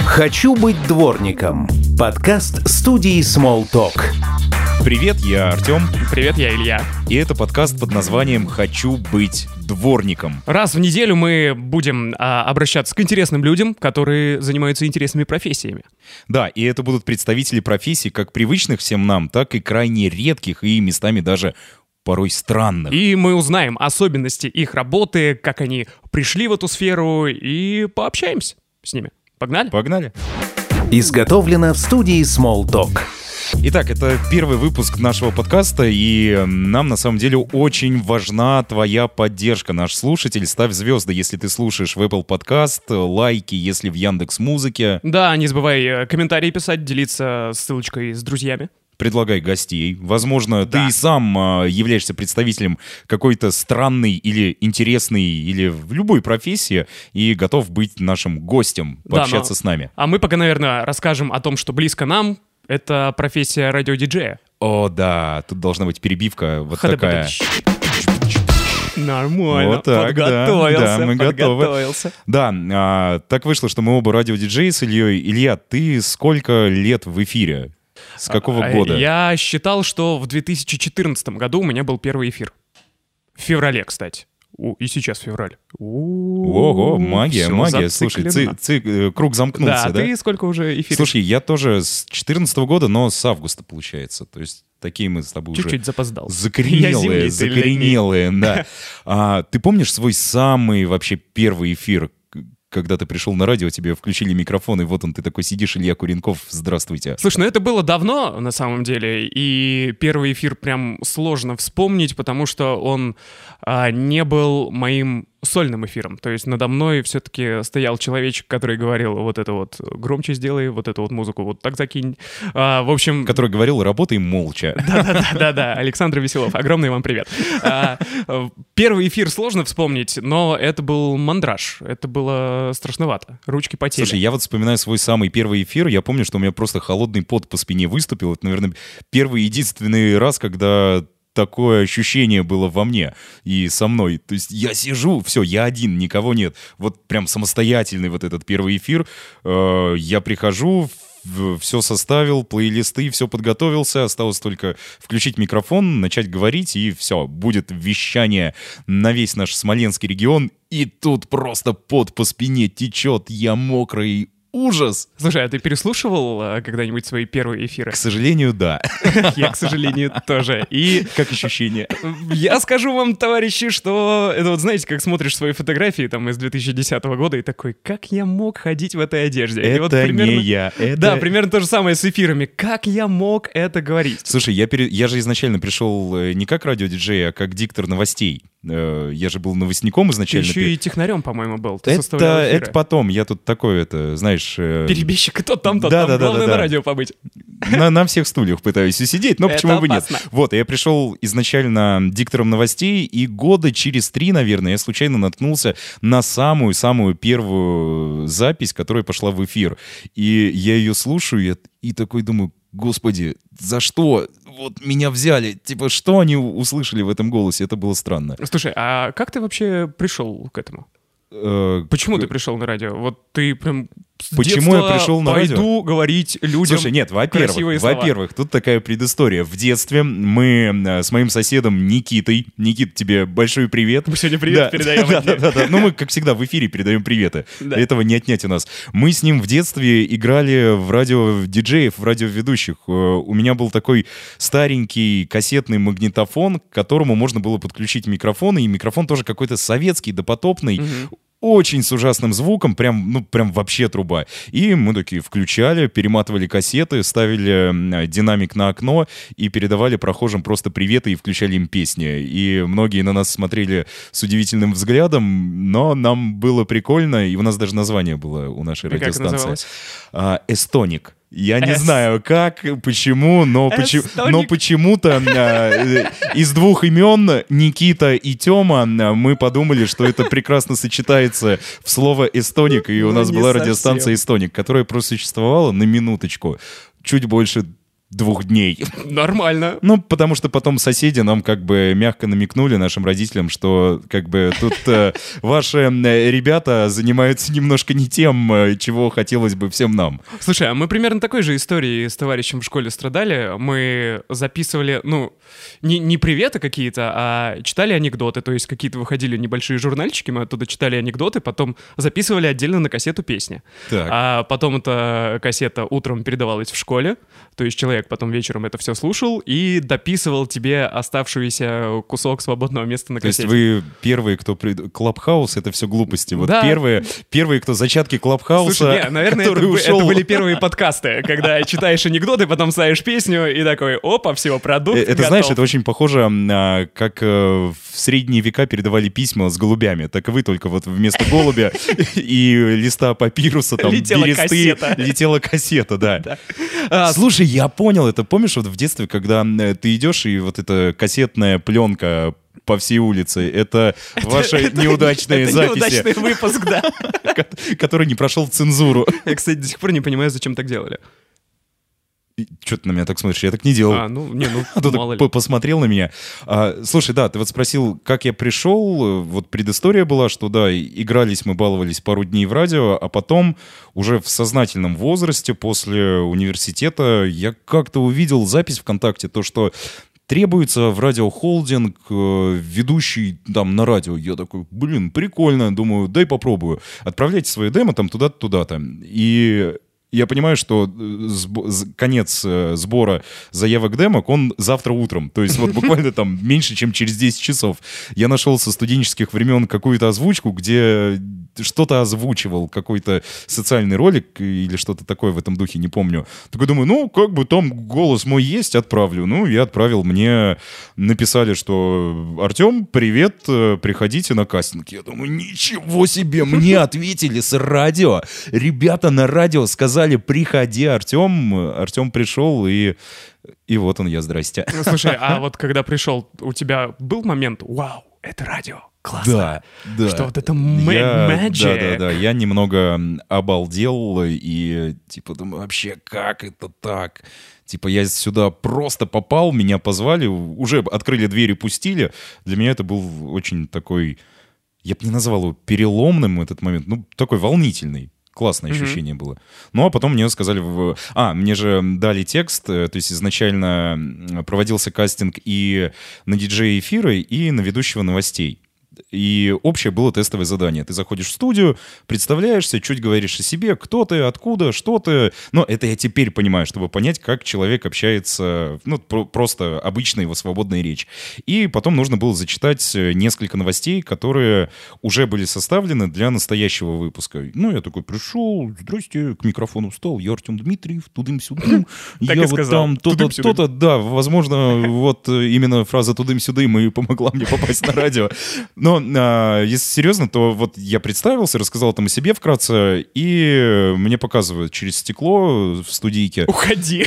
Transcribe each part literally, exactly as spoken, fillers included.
«Хочу быть дворником» – подкаст студии Smalltalk. Привет, я Артем. Привет, я Илья. И это подкаст под названием «Хочу быть дворником». Раз в неделю мы будем а, обращаться к интересным людям, которые занимаются интересными профессиями. Да, и это будут представители профессий как привычных всем нам, так и крайне редких и местами даже порой странных. И мы узнаем особенности их работы, как они пришли в эту сферу, и пообщаемся с ними. Погнали? Погнали. Изготовлено в студии Smalltalk. Итак, это первый выпуск нашего подкаста, и нам на самом деле очень важна твоя поддержка, наш слушатель. Ставь звезды, если ты слушаешь в Apple Podcast, лайки, если в Яндекс.Музыке. Да, не забывай комментарии писать, делиться ссылочкой с друзьями. Предлагай гостей. Возможно, да. ты сам э, являешься представителем какой-то странной или интересной, или в любой профессии, и готов быть нашим гостем, пообщаться да, но... с нами. А мы пока, наверное, расскажем о том, что близко нам. Это профессия радиодиджея. О, да, тут должна быть перебивка вот такая. Нормально, вот так, подготовился, да, да, мы подготовился. Готовы. Да, а, так вышло, что мы оба радиодиджеи с Ильей. Илья, ты сколько лет в эфире? С какого а, года? Я считал, что в две тысячи четырнадцатом году у меня был первый эфир. В феврале, кстати. О, и сейчас февраль. Ого, магия, магия. Слушай, ци, ци, круг замкнулся, да? Да, ты сколько уже эфиров? Слушай, я тоже с четырнадцатого года, но с августа, получается. То есть такие мы с тобой Чуть-чуть уже... запоздал. Закоренелые, закоренелые, да. А, ты помнишь свой самый вообще первый эфир, когда ты пришел на радио, тебе включили микрофон, и вот он, ты такой сидишь, Илья Куренков, здравствуйте. Слушай, ну это было давно, на самом деле, и первый эфир прям сложно вспомнить, потому что он а, не был моим сольным эфиром. То есть надо мной все-таки стоял человечек, который говорил: вот это вот громче сделай, вот эту вот музыку вот так закинь. А, в общем... Который говорил: работай молча. Да-да-да, Александр Веселов, огромный вам привет. А, первый эфир сложно вспомнить, но это был мандраж, это было страшновато, ручки потели. Слушай, я вот вспоминаю свой самый первый эфир, я помню, что у меня просто холодный пот по спине выступил. Это, наверное, первый и единственный раз, когда... такое ощущение было во мне и со мной. То есть я сижу, все, я один, никого нет. Вот прям самостоятельный вот этот первый эфир. Э, я прихожу, все составил, плейлисты, все подготовился. Осталось только включить микрофон, начать говорить, и все, будет вещание на весь наш Смоленский регион. И тут просто пот по спине течет, я мокрый. Ужас! Слушай, а ты переслушивал а, когда-нибудь свои первые эфиры? К сожалению, да. Я, к сожалению, тоже. И как ощущение? Я скажу вам, товарищи, что это вот, знаете, как смотришь свои фотографии там из две тысячи десятого года и такой: как я мог ходить в этой одежде? Это и вот примерно... не я. Это... Да, примерно то же самое с эфирами. Как я мог это говорить? Слушай, я, пере... я же изначально пришел не как радиодиджей, а как диктор новостей. Я же был новостником изначально. Ты еще и технарем, по-моему, был. Ты это, это потом. Я тут такой, это, знаешь... Перебежчик, и тот там, тот да, там. Да, Главное да, да, на радио побыть. На, на всех стульях пытаюсь усидеть, но почему бы нет. Вот, я пришел изначально диктором новостей, и года через три, наверное, я случайно наткнулся на самую-самую первую запись, которая пошла в эфир. И я ее слушаю, и такой думаю: господи, за что? Вот меня взяли. Типа, что они услышали в этом голосе? Это было странно. Слушай, а как ты вообще пришел к этому? Э, Почему к... ты пришел на радио? Вот ты прям с Почему детства я пришел на пойду радио? Пойду говорить людям. Слушай, нет, во-первых, красивые слова. во-первых, тут такая предыстория. В детстве мы с моим соседом Никитой, Никит, тебе большой привет. Мы сегодня привет да, передаем. Да, да, да, да. Ну, мы, как всегда, в эфире передаем приветы. Да. Этого не отнять у нас. Мы с ним в детстве играли в радиодиджеев, в радиоведущих. У меня был такой старенький кассетный магнитофон, к которому можно было подключить микрофон, и микрофон тоже какой-то советский, допотопный. Угу. Очень с ужасным звуком, прям, ну, прям вообще труба. И мы такие включали, перематывали кассеты, ставили динамик на окно и передавали прохожим просто приветы и включали им песни. И многие на нас смотрели с удивительным взглядом, но нам было прикольно, и у нас даже название было у нашей и радиостанции. А, «Эстоник». Я не знаю, как, почему, но, почему, но почему-то э, из двух имен, Никита и Тёма, мы подумали, что это прекрасно сочетается в слово «эстоник», и у нас была радиостанция «Эстоник», которая просуществовала на минуточку чуть больше двух дней. Нормально. Ну, потому что потом соседи нам как бы мягко намекнули, нашим родителям, что как бы тут э, ваши э, ребята занимаются немножко не тем, э, чего хотелось бы всем нам. Слушай, а мы примерно такой же историей с товарищем в школе страдали. Мы записывали, ну, не, не приветы какие-то, а читали анекдоты. То есть какие-то выходили небольшие журнальчики, мы оттуда читали анекдоты, потом записывали отдельно на кассету песни. Так. А потом эта кассета утром передавалась в школе. То есть человек потом вечером это все слушал и дописывал тебе оставшийся кусок свободного места на То есть кассете. вы первые, кто... Прид... Клабхаус — это все глупости. Вот Да. первые, первые, кто зачатки Клабхауса, Слушай, не, наверное, это, который бы- ушел... это были первые подкасты, когда читаешь анекдоты, потом ставишь песню и такой, опа, все, продукт Э, Это, готов. знаешь, это очень похоже, на, как э, в средние века передавали письма с голубями. Так и вы, только вот вместо голубя и листа папируса, там, Летела бересты, кассета. летела кассета, да. Да. А, Слушай, я понял это. Помнишь, вот в детстве, когда э, ты идешь, и вот эта кассетная пленка по всей улице, это ваши это- неудачные это записи, неудачный выпуск, да. ко- который не прошел цензуру. Я, кстати, до сих пор не понимаю, зачем так делали. Что ты на меня так смотришь? Я так не делал. А, ну, не, ну, А то мало так ли. по- посмотрел на меня. А, слушай, да, ты вот спросил, как я пришел. Вот предыстория была, что да, и- игрались мы, баловались пару дней в радио, а потом уже в сознательном возрасте, после университета, я как-то увидел запись ВКонтакте, то, что требуется в радиохолдинг э, ведущий там на радио. Я такой, блин, прикольно, думаю, дай попробую. Отправляйте свои демо там туда-то, туда-то. И... Я понимаю, что э, сбо- з- конец э, сбора заявок демок, он завтра утром. То есть вот буквально там меньше, чем через десять часов. Я нашел со студенческих времен какую-то озвучку, где что-то озвучивал, какой-то социальный ролик или что-то такое в этом духе, не помню. Такой думаю, ну, как бы там голос мой есть, отправлю. Ну, я отправил, мне написали, что Артем, привет, э, приходите на кастинг. Я думаю, ничего себе, мне ответили с радио. Ребята на радио сказали, приходи, Артем. Артем пришел, и, и вот он я, здрасте. Ну, слушай, а вот когда пришел, у тебя был момент, вау, это радио, классно. Да, да. Что вот это ма- Я- magic. Да, да, да. Я немного обалдел и типа думаю, вообще, как это так? Типа я сюда просто попал, меня позвали, уже открыли двери, пустили. Для меня это был очень такой, я бы не назвал его переломным этот момент, ну, такой волнительный. Классное Мгм. ощущение было. Ну, а потом мне сказали... В... А, мне же дали текст, э, то есть изначально м, проводился кастинг и на диджея эфира, и на ведущего новостей. И общее было тестовое задание. Ты заходишь в студию, представляешься, чуть говоришь о себе, кто ты, откуда, что ты. Но это я теперь понимаю, чтобы понять, как человек общается, ну, про- просто обычная его свободная речь. И потом нужно было зачитать несколько новостей, которые уже были составлены для настоящего выпуска. Ну, я такой пришел, здрасте, к микрофону встал, я Артем Дмитриев, тудым-сюдым. Так и Я вот сказал, там то-то, тудым-сюдым. то-то, да, возможно, вот э, именно фраза «тудым-сюдым» и помогла мне попасть на радио. Но а, если серьезно, то вот я представился, рассказал там о себе вкратце, и мне показывают через стекло в студийке. Уходи.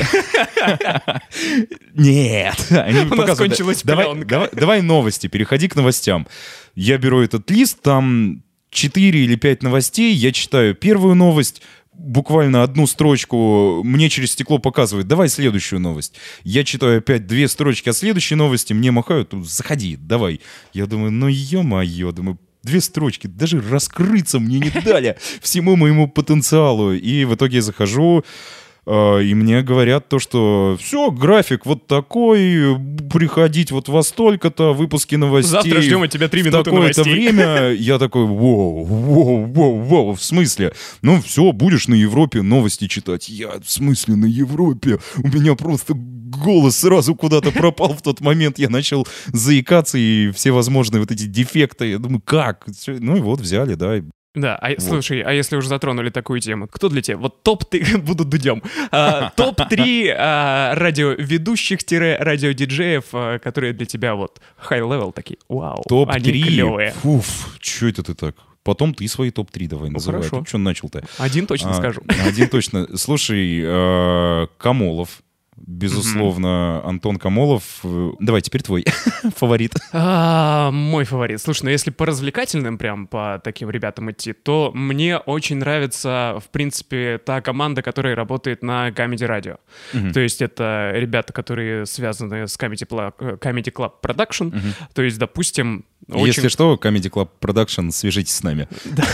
Нет! Они мне У нас показывают, кончилась давай, пленка. давай, давай новости, переходи к новостям. Я беру этот лист, там четыре или пять новостей, я читаю первую новость, буквально одну строчку мне через стекло показывает, давай следующую новость. Я читаю опять две строчки от следующей новости, мне махают, заходи, давай. Я думаю, ну ё-моё, думаю, две строчки, даже раскрыться мне не дали всему моему потенциалу. И в итоге я захожу, э, и мне говорят то, что все, график вот такой, приходить вот во столько-то, выпуски новостей. Завтра ждем от тебя три в минуты такое-то новостей. время. Я такой, воу, воу, воу, воу, в смысле? Ну все, будешь на Европе новости читать. Я, в смысле, на Европе? У меня просто голос сразу куда-то пропал в тот момент. Я начал заикаться, и все возможные вот эти дефекты. Я думаю, как? Ну и вот взяли, да. Да, а, слушай, а если уже затронули такую тему, кто для тебя? Вот топ-три, буду дудем, а, топ-три а, радиоведущих-радиодиджеев, а, которые для тебя вот high-level такие, вау, они топ-три. клевые. Фуф, что это ты так? Потом ты свои топ-три давай называй. хорошо. Ты что начал-то? Один точно А, скажу. Один точно. Слушай, э, Камолов. безусловно, Антон Камолов. Давай, теперь твой фаворит. А, мой фаворит. Слушай, ну если по развлекательным прям, по таким ребятам идти, то мне очень нравится, в принципе, та команда, которая работает на Comedy Radio. Uh-huh. То есть это ребята, которые связаны с Comedy Club, Comedy Club Production. Uh-huh. То есть, допустим... Очень... Если что, Comedy Club Production, свяжитесь с нами.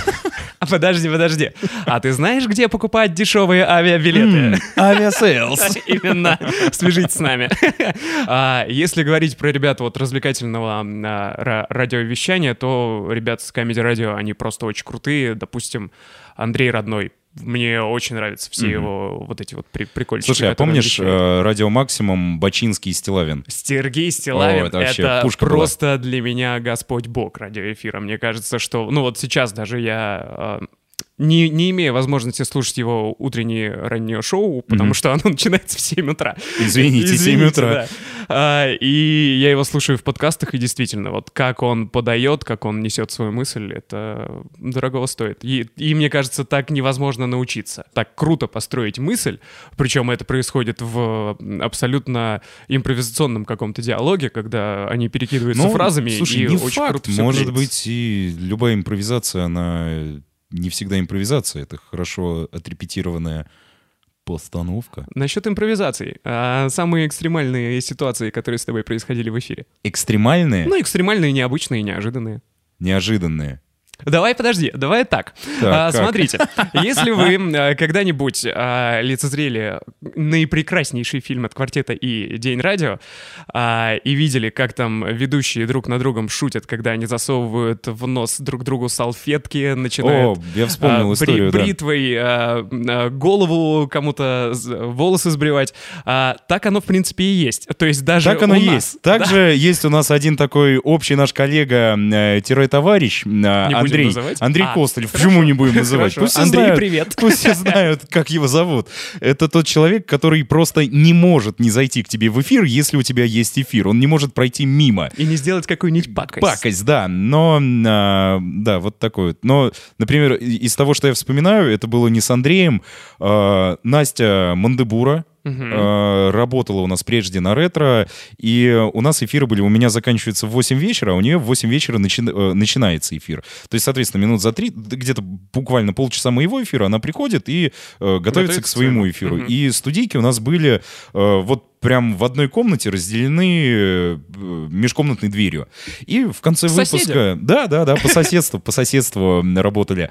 А подожди, подожди. А ты знаешь, где покупать дешевые авиабилеты? Авиасейлс. Именно. Свяжитесь с нами. Если говорить про ребят вот развлекательного радиовещания, то ребята с Comedy Radio, они просто очень крутые. Допустим, Андрей Родной. Мне очень нравятся все mm-hmm. его вот эти вот при- прикольчики. Слушай, а помнишь э, Радио Максимум Бачинский и Стилавин? Сергей Стилавин — это, это просто была. Для меня Господь Бог радиоэфира. Мне кажется, что... Ну вот сейчас даже я... Э, Не, не имея возможности слушать его утреннее раннее шоу, потому mm-hmm. что оно начинается в семь утра. Извините, Извините семь утра. Да. А, и я его слушаю в подкастах, и действительно, вот как он подает, как он несет свою мысль, это дорого стоит. И, и мне кажется, так невозможно научиться. Так круто построить мысль, причем это происходит в абсолютно импровизационном каком-то диалоге, когда они перекидываются ну, фразами, слушай, и не очень факт. круто все Может клеится. быть, и любая импровизация, она... Не всегда импровизация, это хорошо отрепетированная постановка. Насчет импровизации. А самые экстремальные ситуации, которые с тобой происходили в эфире? Экстремальные? Ну, экстремальные, необычные, неожиданные. Неожиданные. Давай, подожди, давай так. так а, смотрите, если вы а, когда-нибудь а, лицезрели наипрекраснейший фильм от «Квартета» и «День радио» а, и видели, как там ведущие друг над другом шутят, когда они засовывают в нос друг другу салфетки, начинают О, я вспомнил а, историю, бри- бритвой а, а, голову кому-то волосы сбривать, а, так оно, в принципе, и есть. То есть даже так оно у есть. нас, Также да. есть у нас один такой общий наш коллега-товарищ, Не Андрей, называть? Андрей а, Костылев. хорошо. Почему не будем называть? Хорошо. Пусть Андрей, знают, привет. Пусть все знают, как его зовут. Это тот человек, который просто не может не зайти к тебе в эфир, если у тебя есть эфир. Он не может пройти мимо. И не сделать какую-нибудь пакость. Пакость, да. Но, а, да, вот такой вот. Но, например, из того, что я вспоминаю, это было не с Андреем. А, Настя Мандебура. Uh-huh. Работала у нас прежде на ретро, и у нас эфиры были, у меня заканчиваются в восемь вечера, а у нее в восемь вечера начи... начинается эфир. То есть, соответственно, минут за три, где-то буквально полчаса моего эфира, она приходит и э, готовится, готовится к своему эфиру. Uh-huh. И студийки у нас были э, вот прям в одной комнате разделены межкомнатной дверью. И в конце выпуска... Соседям. Да, да, да, по соседству, по соседству работали.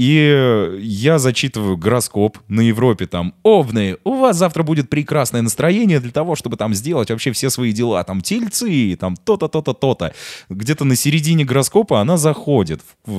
И я зачитываю гороскоп на Европе, там, овны, у вас завтра будет прекрасное настроение для того, чтобы там сделать вообще все свои дела, там, тельцы, там, то-то, то-то, то-то. Где-то на середине гороскопа она заходит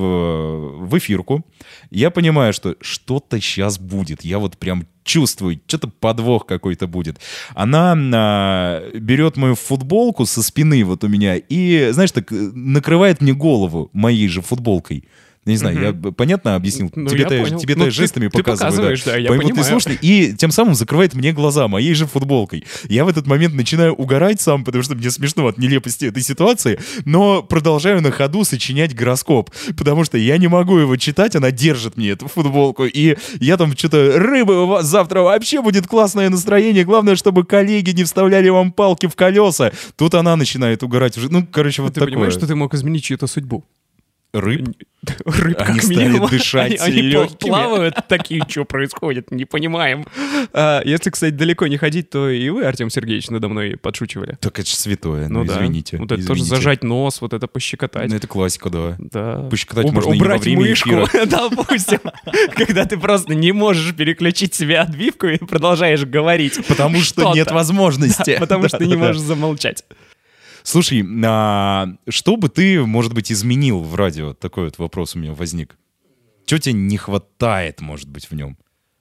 в, в эфирку. Я понимаю, что что-то сейчас будет. Я вот прям чувствую, что-то подвох какой-то будет. Она а, берет мою футболку со спины вот у меня и, знаешь, так накрывает мне голову моей же футболкой. Я не знаю, mm-hmm. я понятно объяснил? Ну, тебе-то, я тебе-то ну, жестами ты, показываю. Ты да, я Поймут понимаю. и слушай, и тем самым закрывает мне глаза моей же футболкой. Я в этот момент начинаю угорать сам, потому что мне смешно от нелепости этой ситуации, но продолжаю на ходу сочинять гороскоп, потому что я не могу его читать, она держит мне эту футболку, и я там что-то, рыбы, у вас завтра вообще будет классное настроение, главное, чтобы коллеги не вставляли вам палки в колеса. Тут она начинает угорать уже, ну, короче, вот ты такое. Ты понимаешь, что ты мог изменить чью-то судьбу? Рыб? Рыб, они как стали минимум. дышать они, легкими. Они плавают такие, что происходит, не понимаем. А, если, кстати, далеко не ходить, то и вы, Артем Сергеевич, надо мной подшучивали. Так это же святое, ну, ну извините. Да. Вот это извините. тоже зажать нос, вот это пощекотать. Ну это классика, да. Да. Пощекотать Уб- можно и во время мышку, эфира. допустим, когда ты просто не можешь переключить себе отбивку и продолжаешь говорить. Потому что нет возможности. Потому что ты не можешь замолчать. Слушай, а что бы ты, может быть, изменил в радио? Такой вот вопрос у меня возник. Чего тебе не хватает, может быть, в нем?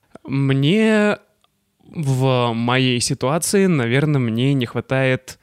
Мне в моей ситуации, наверное, мне не хватает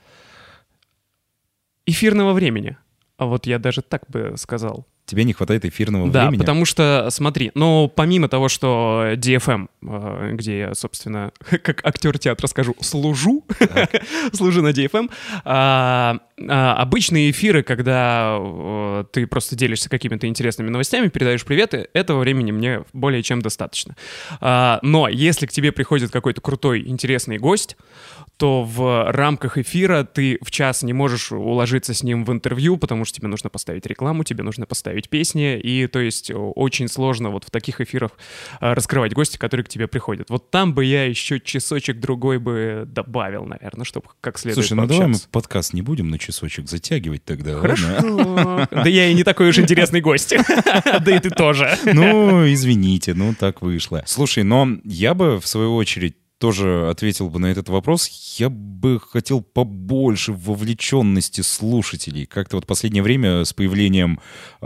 эфирного времени. А вот я даже так бы сказал. Тебе не хватает эфирного да, времени? Да, потому что, смотри, ну, помимо того, что ди эф эм, где я, собственно, как актер театра скажу, служу, служу на ди эф эм, а, обычные эфиры, когда а, ты просто делишься какими-то интересными новостями, передаешь приветы, этого времени мне более чем достаточно. А, но если к тебе приходит какой-то крутой, интересный гость, то в рамках эфира ты в час не можешь уложиться с ним в интервью, потому что тебе нужно поставить рекламу, тебе нужно поставить песни, и то есть очень сложно вот в таких эфирах раскрывать гостя, которые к тебе приходят. Вот там бы я еще часочек-другой бы добавил, наверное, чтобы как следует Слушай, ну давай мы подкаст не будем на часочек затягивать тогда. Хорошо. Да я и не такой уж интересный гость. Да и ты тоже. Ну, извините, ну так вышло. Слушай, но я бы, в свою очередь, тоже ответил бы на этот вопрос. Я бы хотел побольше вовлеченности слушателей. Как-то вот в последнее время с появлением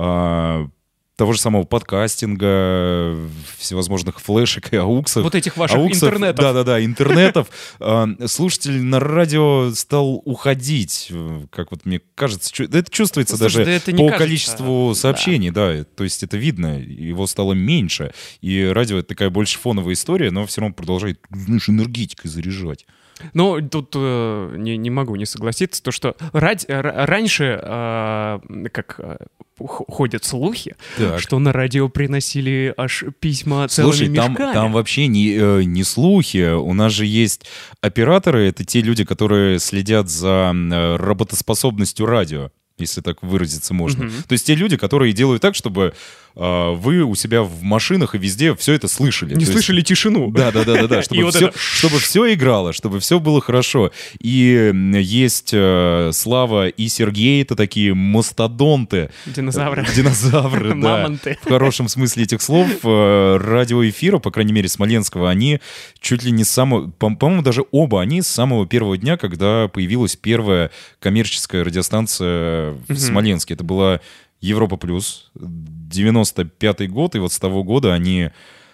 а, того же самого подкастинга, всевозможных флешек и ауксов. Вот этих ваших ауксов, интернетов. Да-да-да, интернетов. Слушатель на радио стал уходить. Как вот мне кажется, это чувствуется даже по количеству сообщений. Да, то есть это видно, его стало меньше. И радио — это такая больше фоновая история, но все равно продолжает, знаешь, энергетикой заряжать. Ну, тут э, не, не могу не согласиться, то, что ради, р- раньше, э, как э, ходят слухи, так. что на радио приносили аж письма целыми Слушай, мешками. Там, там вообще не, э, не слухи. У нас же есть операторы, это те люди, которые следят за э, работоспособностью радио, если так выразиться можно. Mm-hmm. То есть те люди, которые делают так, чтобы э, вы у себя в машинах и везде все это слышали. Не То слышали есть, тишину. Да-да-да, чтобы, вот все, чтобы все играло, чтобы все было хорошо. И есть э, Слава и Сергей, это такие мастодонты. Динозавры. Динозавры, да. Мамонты. В хорошем смысле этих слов. Э, радиоэфира, по крайней мере, Смоленского, они чуть ли не с самого... По- по-моему, даже оба они с самого первого дня, когда появилась первая коммерческая радиостанция в mm-hmm. Смоленске. Это была Европа Плюс, девяносто пятый год, и вот с того года они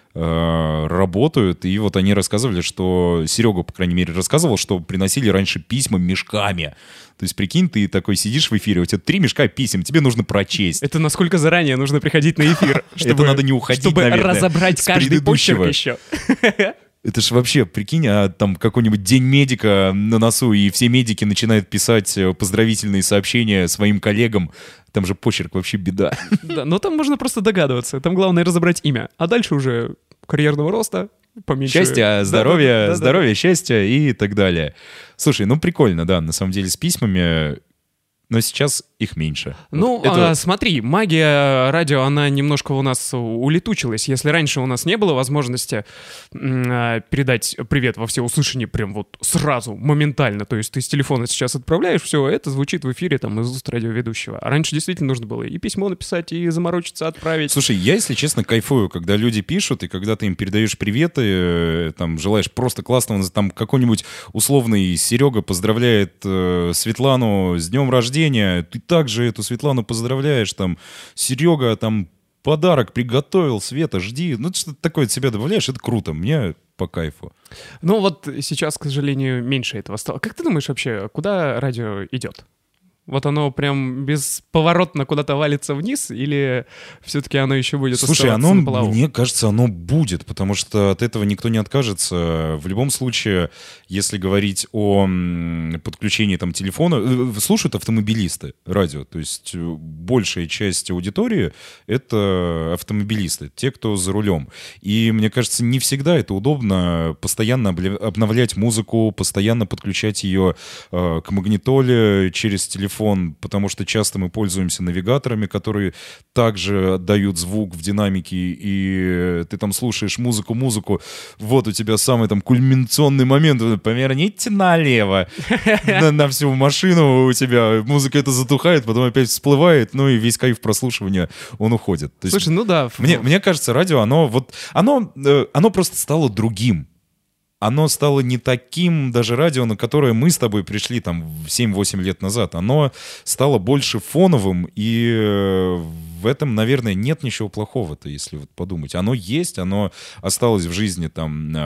э, работают, и вот они рассказывали, что... Серега, по крайней мере, рассказывал, что приносили раньше письма мешками. То есть, прикинь, ты такой сидишь в эфире, у тебя три мешка писем, тебе нужно прочесть. Это насколько заранее нужно приходить на эфир? Это надо не уходить, чтобы наверное, разобрать каждый почерк еще. Это ж вообще, прикинь, а там какой-нибудь день медика на носу, и все медики начинают писать поздравительные сообщения своим коллегам. Там же почерк вообще беда. Да, но там можно просто догадываться. Там главное разобрать имя. А дальше уже карьерного роста, поменьше. Счастья, здоровья, да, да, да, здоровья, да. счастья и так далее. Слушай, ну прикольно, да, на самом деле с письмами... Но сейчас их меньше. Ну, вот это... а, смотри, магия радио, она немножко у нас улетучилась. Если раньше у нас не было возможности м- передать привет во всеуслышание прям вот сразу, моментально, то есть ты с телефона сейчас отправляешь, все, это звучит в эфире там из уст радиоведущего. А раньше действительно нужно было и письмо написать, и заморочиться, отправить. Слушай, я, если честно, кайфую, когда люди пишут, и когда ты им передаешь приветы, там, желаешь просто классного, там, какой-нибудь условный Серега поздравляет э, Светлану с днем рождения, ты также эту Светлану поздравляешь, там, Серега, там, подарок приготовил, Света, жди. Ну, что-то такое от себя добавляешь, это круто, мне по кайфу. Ну, вот сейчас, к сожалению, меньше этого стало. Как ты думаешь вообще, куда радио идет? Вот оно прям бесповоротно куда-то валится вниз, или все-таки оно еще будет Слушай, оставаться оно, на плаву? Мне кажется, оно будет, потому что от этого никто не откажется. В любом случае, если говорить о подключении там телефона, слушают автомобилисты радио, то есть большая часть аудитории — это автомобилисты, те, кто за рулем. И мне кажется, не всегда это удобно постоянно обновлять музыку, постоянно подключать ее э, к магнитоле через телефон, потому что часто мы пользуемся навигаторами, которые также отдают звук в динамике, и ты там слушаешь музыку-музыку, вот у тебя самый там кульминационный момент, поверните налево на, на всю машину, у тебя музыка это затухает, потом опять всплывает, ну и весь кайф прослушивания, он уходит. То есть, слушай, ну да. Мне, мне кажется, радио, оно вот, оно, оно просто стало другим. Оно стало не таким, даже радио, на которое мы с тобой пришли там семь-восемь лет назад. Оно стало больше фоновым, и в этом, наверное, нет ничего плохого-то, если вот подумать. Оно есть, оно осталось в жизни там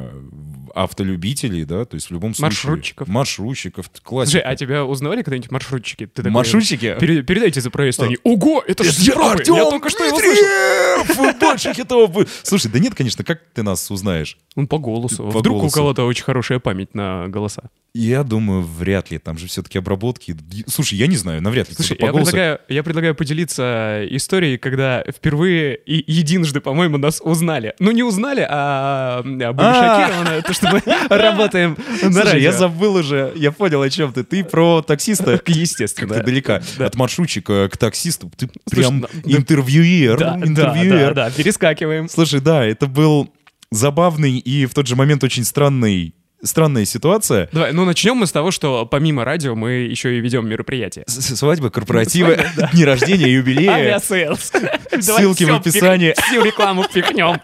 автолюбителей, да, то есть в любом случае... Маршрутчиков. Маршрутчиков, классика. Слушай, а тебя узнавали когда-нибудь маршрутчики? Ты такой, маршрутчики? Пере- передайте за проезд. Они, ого, это же Артем, я только что его слышал. Больше хитов. Слушай, да нет, конечно, как ты нас узнаешь? Ну, по голосу. По Вдруг голосу. у кого-то очень хорошая память на голоса. Я думаю, вряд ли. Там же все-таки обработки. Слушай, я не знаю, навряд ли. Слушай, кто-то по я голосу... предлагаю, я предлагаю поделиться историей, когда впервые и единожды, по-моему, нас узнали. Ну, не узнали, а были А. шокированы, то, что мы работаем на Слушай, радио. я забыл уже, я понял, о чем ты. Ты про таксиста. Естественно. Как-то далека. Да. От маршрутчика к таксисту. Ты Слушай, прям да, да. интервьюер. Да, да, интервьюер. да, да, перескакиваем. Слушай, да, это был забавный и в тот же момент очень странный, странная ситуация. Давай, ну начнем мы с того, что помимо радио мы еще и ведем мероприятия. С- Свадьба, корпоративы, дни рождения, юбилеи. Авиасейлс. Ссылки в описании. Всю рекламу впихнем.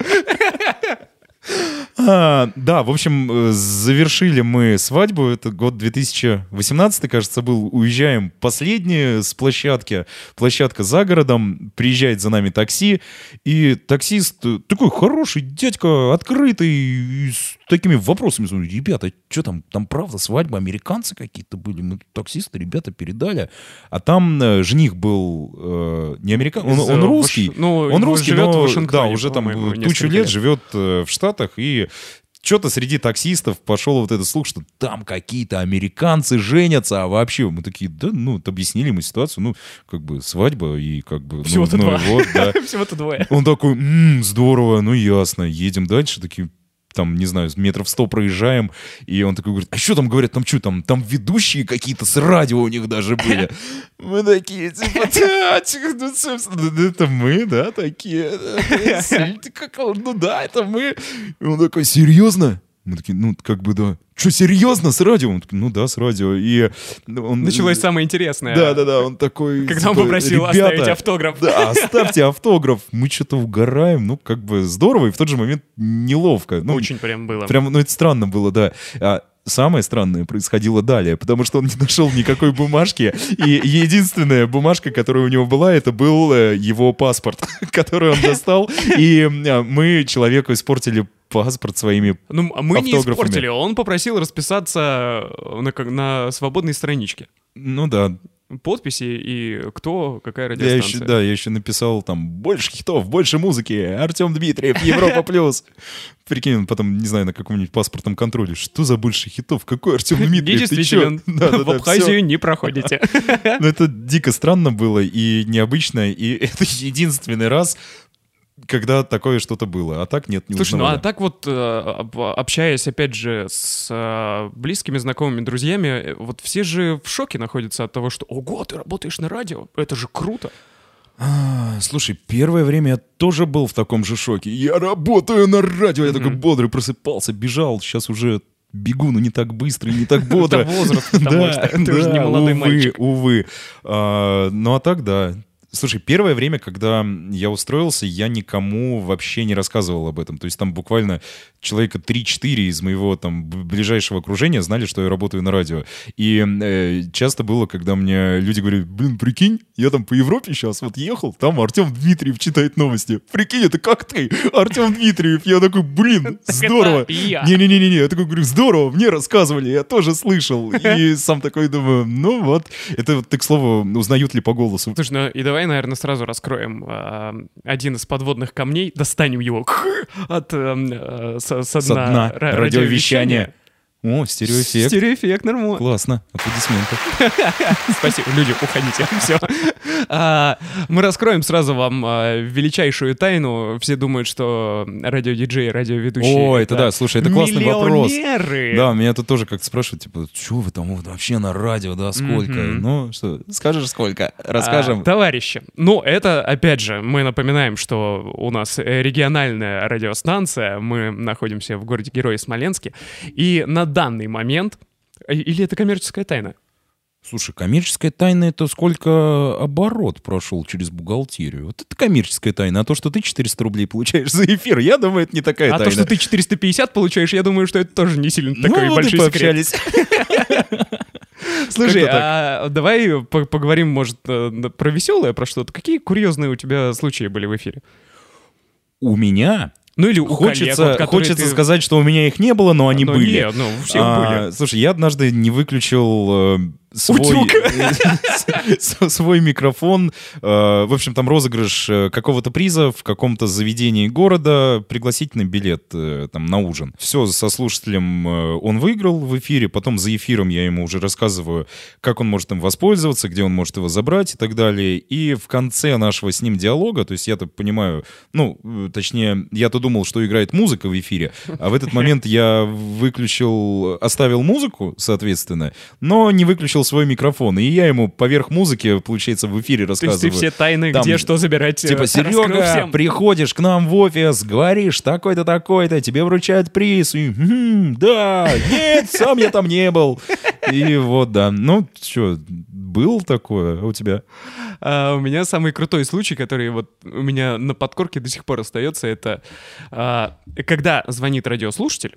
А, да, в общем, э, завершили мы свадьбу. Это год две тысячи восемнадцатый, кажется, был. Уезжаем последние с площадки. Площадка за городом. Приезжает за нами такси. И таксист э, такой хороший дядька, открытый, и с такими вопросами. Смотрю, ребята, что там? Там правда свадьба? Американцы какие-то были? Мы таксисты, ребята, передали. А там э, жених был э, не американец, он, Из, он э, русский. Ваш- ну, он русский, живет в но, Вашингтоне, да, уже там по-моему, тучу несколько лет лет. живет э, в Штатах, и что-то среди таксистов пошел вот этот слух, что там какие-то американцы женятся, а вообще мы такие, да, ну, вот объяснили мы ситуацию, ну, как бы свадьба и как бы... ну, Всего-то ну, два. вот, да. Всего-то двое. Он такой, «М, здорово, ну, ясно, едем дальше, такие... Там, не знаю, метров сто проезжаем, и он такой говорит, а что там говорят, там что, там, там ведущие какие-то с радио у них даже были. Мы такие, типа, «Да, типа, ну, собственно, да, это мы, да, такие. Как он, ну да, это мы. И он такой, серьезно? Мы такие, ну, как бы, да. Что, серьезно, с радио? Он такой, ну да, с радио. И он... Началось самое интересное. Да-да-да, он такой... Когда он типа, попросил «Ребята, оставить автограф. Да, оставьте автограф. Мы что-то угораем, ну, как бы здорово, и в тот же момент неловко. Ну, Очень прям было. Прям, ну, это странно было, да. А самое странное происходило далее, потому что он не нашел никакой бумажки, и единственная бумажка, которая у него была, это был э, его паспорт, который он достал, и э, мы человеку испортили паспорт своими Ну, мы не автографами. испортили. Он попросил расписаться на, как- на свободной страничке. Ну да, Подписи и кто, какая я радиостанция. еще, да, я еще написал там больше хитов, больше музыки, Артем Дмитриев, Европа плюс. Прикинь, он потом, не знаю, на каком-нибудь паспортном контроле, что за больше хитов, какой Артем Дмитриев, ты чё? Недействителен. Да, да, В да, Абхазию всё. не проходите. Ну, это дико странно было и необычно, и это единственный раз, когда такое что-то было, а так нет, не Слушай, ну узнавали. а так вот, э, об- общаясь, опять же, с э, близкими, знакомыми, друзьями, э, вот все же в шоке находятся от того, что «Ого, ты работаешь на радио, это же круто!» А, слушай, первое время я тоже был в таком же шоке. Я работаю на радио, я такой бодрый, просыпался, бежал, сейчас уже бегу, но не так быстро и не так бодро. Это возраст, потому что ты уже не да, молодой увы, мальчик. увы. А, ну а так, да. Слушай, первое время, когда я устроился, я никому вообще не рассказывал об этом. То есть там буквально человека три-четыре из моего там б- ближайшего окружения знали, что я работаю на радио. И э, часто было, когда мне люди говорят, блин, прикинь, я там по Европе сейчас вот ехал, там Артем Дмитриев читает новости. Прикинь, это как ты, Артем Дмитриев? Я такой, блин, здорово. это я. Не-не-не-не, я такой говорю, здорово, мне рассказывали, я тоже слышал. И сам такой думаю, ну вот, это вот, так, к слову, узнают ли по голосу. Слушай, ну и давай, наверное, сразу раскроем э, один из подводных камней, достанем его от э, э, со, со Со дна, дна ра- радиовещания. О, стереоэффект. Стереоэффект, нормально. Классно, аплодисменты. Спасибо, люди, уходите. Все. Мы раскроем сразу вам а, величайшую тайну. Все думают, что радиодиджеи, радиоведущие... О, это да, слушай, это классный вопрос. Миллионеры! Да, меня тут тоже как-то спрашивают, типа, что вы там вот вообще на радио, да, сколько? Мгм. Ну, что, скажешь сколько? Расскажем. А, товарищи, ну это, опять же, мы напоминаем, что у нас э, региональная радиостанция, мы находимся в городе Герое Смоленске, и на данный момент... э, Или это коммерческая тайна? Слушай, коммерческая тайна — это сколько оборот прошел через бухгалтерию. Вот это коммерческая тайна. А то, что ты четыреста рублей получаешь за эфир, я думаю, это не такая А тайна. то, что ты четыреста пятьдесят получаешь, я думаю, что это тоже не сильно Ну, такой вот и большой секрет. пообщались. Слушай, Как-то так. а давай по- поговорим, может, э, про веселое, про что-то. Какие курьезные у тебя случаи были в эфире? У меня... Ну или у коллег, Хочется, вот, которые хочется ты- сказать, что у меня их не было, но они Ну, были. не, ну, у всех А, были. Слушай, я однажды не выключил э, свой, свой микрофон. В общем, там розыгрыш какого-то приза в каком-то заведении города, пригласительный билет там на ужин. Все, со слушателем он выиграл в эфире, потом за эфиром я ему уже рассказываю, как он может им воспользоваться, где он может его забрать и так далее. И в конце нашего с ним диалога, то есть я-то понимаю, ну, точнее, я-то думал, что играет музыка в эфире, а в этот момент я выключил, оставил музыку, соответственно, но не выключил свой микрофон. И я ему поверх музыки, получается, в эфире рассказываю. То есть ты все тайны, там, где что забирать, типа, Серега, приходишь к нам в офис, говоришь, такой-то, такой-то, тебе вручают приз. И, м-м, да, нет, сам я там не был. И вот, да. Ну, что, был такое у тебя? А, у меня самый крутой случай, который вот у меня на подкорке до сих пор остается, это а, когда звонит радиослушатель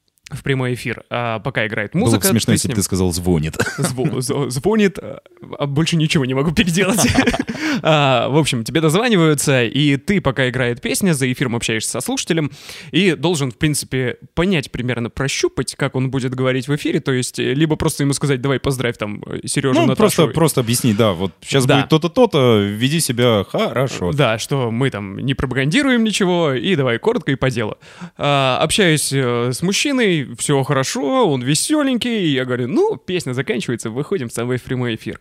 в прямой эфир, а пока играет музыка... Было бы смешно, если бы ты сказал «звонит». Зв- звонит, а больше ничего не могу переделать. а, в общем, тебе дозваниваются, и ты, пока играет песня, за эфиром общаешься со слушателем, и должен, в принципе, понять примерно, прощупать, как он будет говорить в эфире, то есть либо просто ему сказать, давай поздравь там Сережу, ну, Наташу. Просто, просто объяснить, да, вот сейчас да. будет то-то, то-то, веди себя хорошо. Да, что мы там не пропагандируем ничего, и давай коротко и по делу. А, общаюсь с мужчиной, все хорошо, он веселенький, и я говорю, ну, песня заканчивается, выходим с тобой в прямой эфир.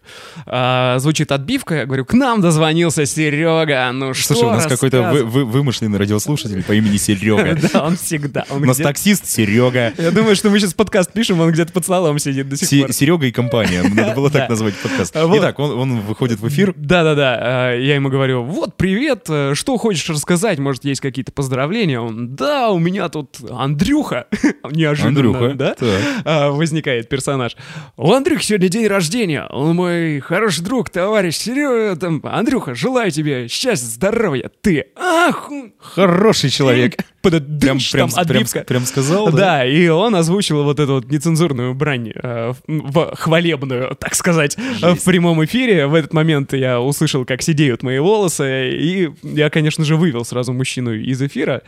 А, звучит отбивка, я говорю, к нам дозвонился Серега, ну что Слушай, у нас какой-то вы, вы, вымышленный радиослушатель по имени Серега. Да, он всегда. У нас таксист Серега. Я думаю, что мы сейчас подкаст пишем, он где-то под столом сидит до сих пор. Серега и компания, надо было так назвать подкаст. Итак, он выходит в эфир. Да-да-да, я ему говорю, вот, привет, что хочешь рассказать, может, есть какие-то поздравления? Он, да, у меня тут Андрюха, неожиданно, Андрюха, да? А, возникает персонаж. У Андрюхи сегодня день рождения, он мой хороший друг, товарищ Серега, там, Андрюха, желаю тебе счастья, здоровья, ты, ах, хороший человек. Прям, прям, прям, прям сказал, да? Да, и он озвучил вот эту вот нецензурную брань, э, в, хвалебную, так сказать, Жесть. В прямом эфире. В этот момент я услышал, как сидеют мои волосы, и я, конечно же, вывел сразу мужчину из эфира.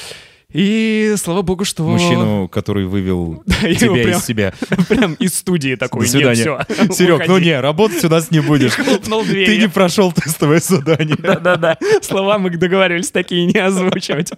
И слава богу, что... Мужчину, который вывел да, тебя прям, из себя. Прям из студии такой. До свидания. Нет, Серег, уходи. Ну не, работать у нас не будешь. Ты не прошел тестовое задание. Да-да-да. Слова мы договаривались такие не озвучивать.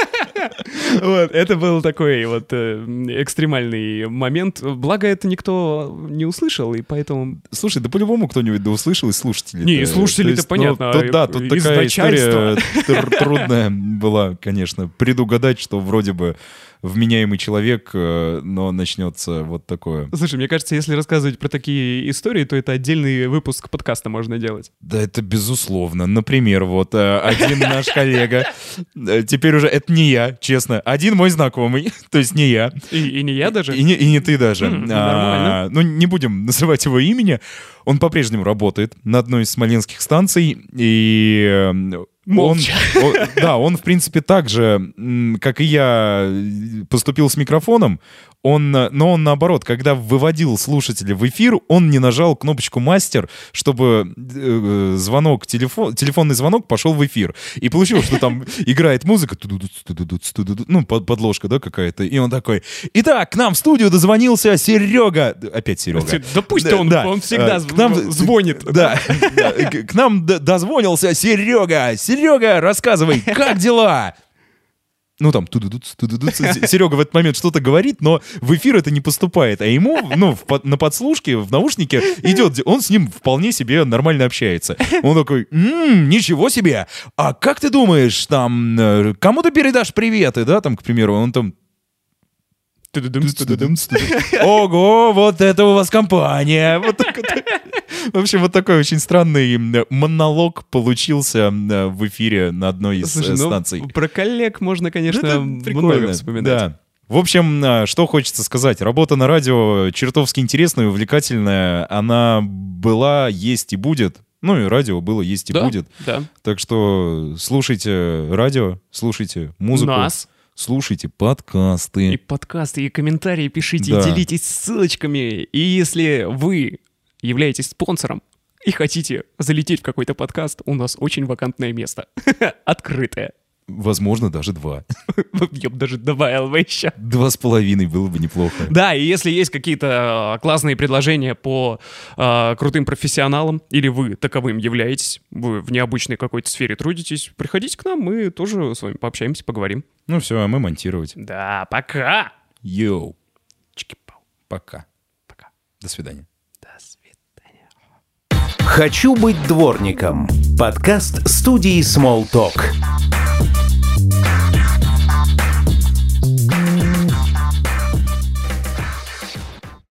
Вот, это был такой вот э, экстремальный момент. Благо, это никто не услышал, и поэтому... Слушай, да по-любому кто-нибудь да услышал, и слушатели. Не, и слушатели-то понятно. Ну, то, да, тут такая история трудная была, конечно, предугадать, что вроде бы вменяемый человек, но начнется вот такое. Слушай, мне кажется, если рассказывать про такие истории, то это отдельный выпуск подкаста можно делать. Да, это безусловно. Например, вот один наш коллега, теперь уже это не я, честно, один мой знакомый, то есть не я. И, и не я даже? И не, и не ты даже. Mm, а, нормально. Ну, не будем называть его имени. Он по-прежнему работает на одной из смоленских станций, и... Он, он, да, он, в принципе, так же, как и я, поступил с микрофоном, он, но он, наоборот, когда выводил слушателя в эфир, он не нажал кнопочку «Мастер», чтобы э, звонок, телефон, телефонный звонок пошел в эфир. И получилось, что там играет музыка, ну, подложка, да, какая-то, и он такой, итак, к нам в студию дозвонился Серега. Опять Серега. Да пусть он, да, он всегда к нам, звонит. Да, да, к нам дозвонился Серега. Серега, рассказывай, как дела? Ну, там, Серега в этот момент что-то говорит, но в эфир это не поступает. А ему, ну, в, на подслушке, в наушнике идет, он с ним вполне себе нормально общается. Он такой, м-м, ничего себе! А как ты думаешь, там, кому ты передашь приветы, да, там, к примеру, он там... Ого, вот это у вас компания! Вот так вот. В общем, вот такой очень странный монолог получился в эфире на одной из Слушай, станций. Ну, про коллег можно, конечно, много вспоминать. Да. В общем, что хочется сказать. Работа на радио чертовски интересная и увлекательная. Она была, есть и будет. Ну и радио было, есть и да, будет. Да. Так что слушайте радио, слушайте музыку. Нас. Слушайте подкасты. И подкасты, и комментарии пишите, да. и делитесь ссылочками. И если вы являетесь спонсором и хотите залететь в какой-то подкаст, у нас очень вакантное место. Открытое. Возможно, даже два. Я бы даже добавил бы еще. Два с половиной было бы неплохо. Да, и если есть какие-то э, классные предложения по э, крутым профессионалам, или вы таковым являетесь, вы в необычной какой-то сфере трудитесь, приходите к нам, мы тоже с вами пообщаемся, поговорим. Ну все, а мы монтировать. Да, пока! Йоу. Чики-пау. Пока. Пока. До свидания. До свидания. «Хочу быть дворником» — подкаст студии Small Talk.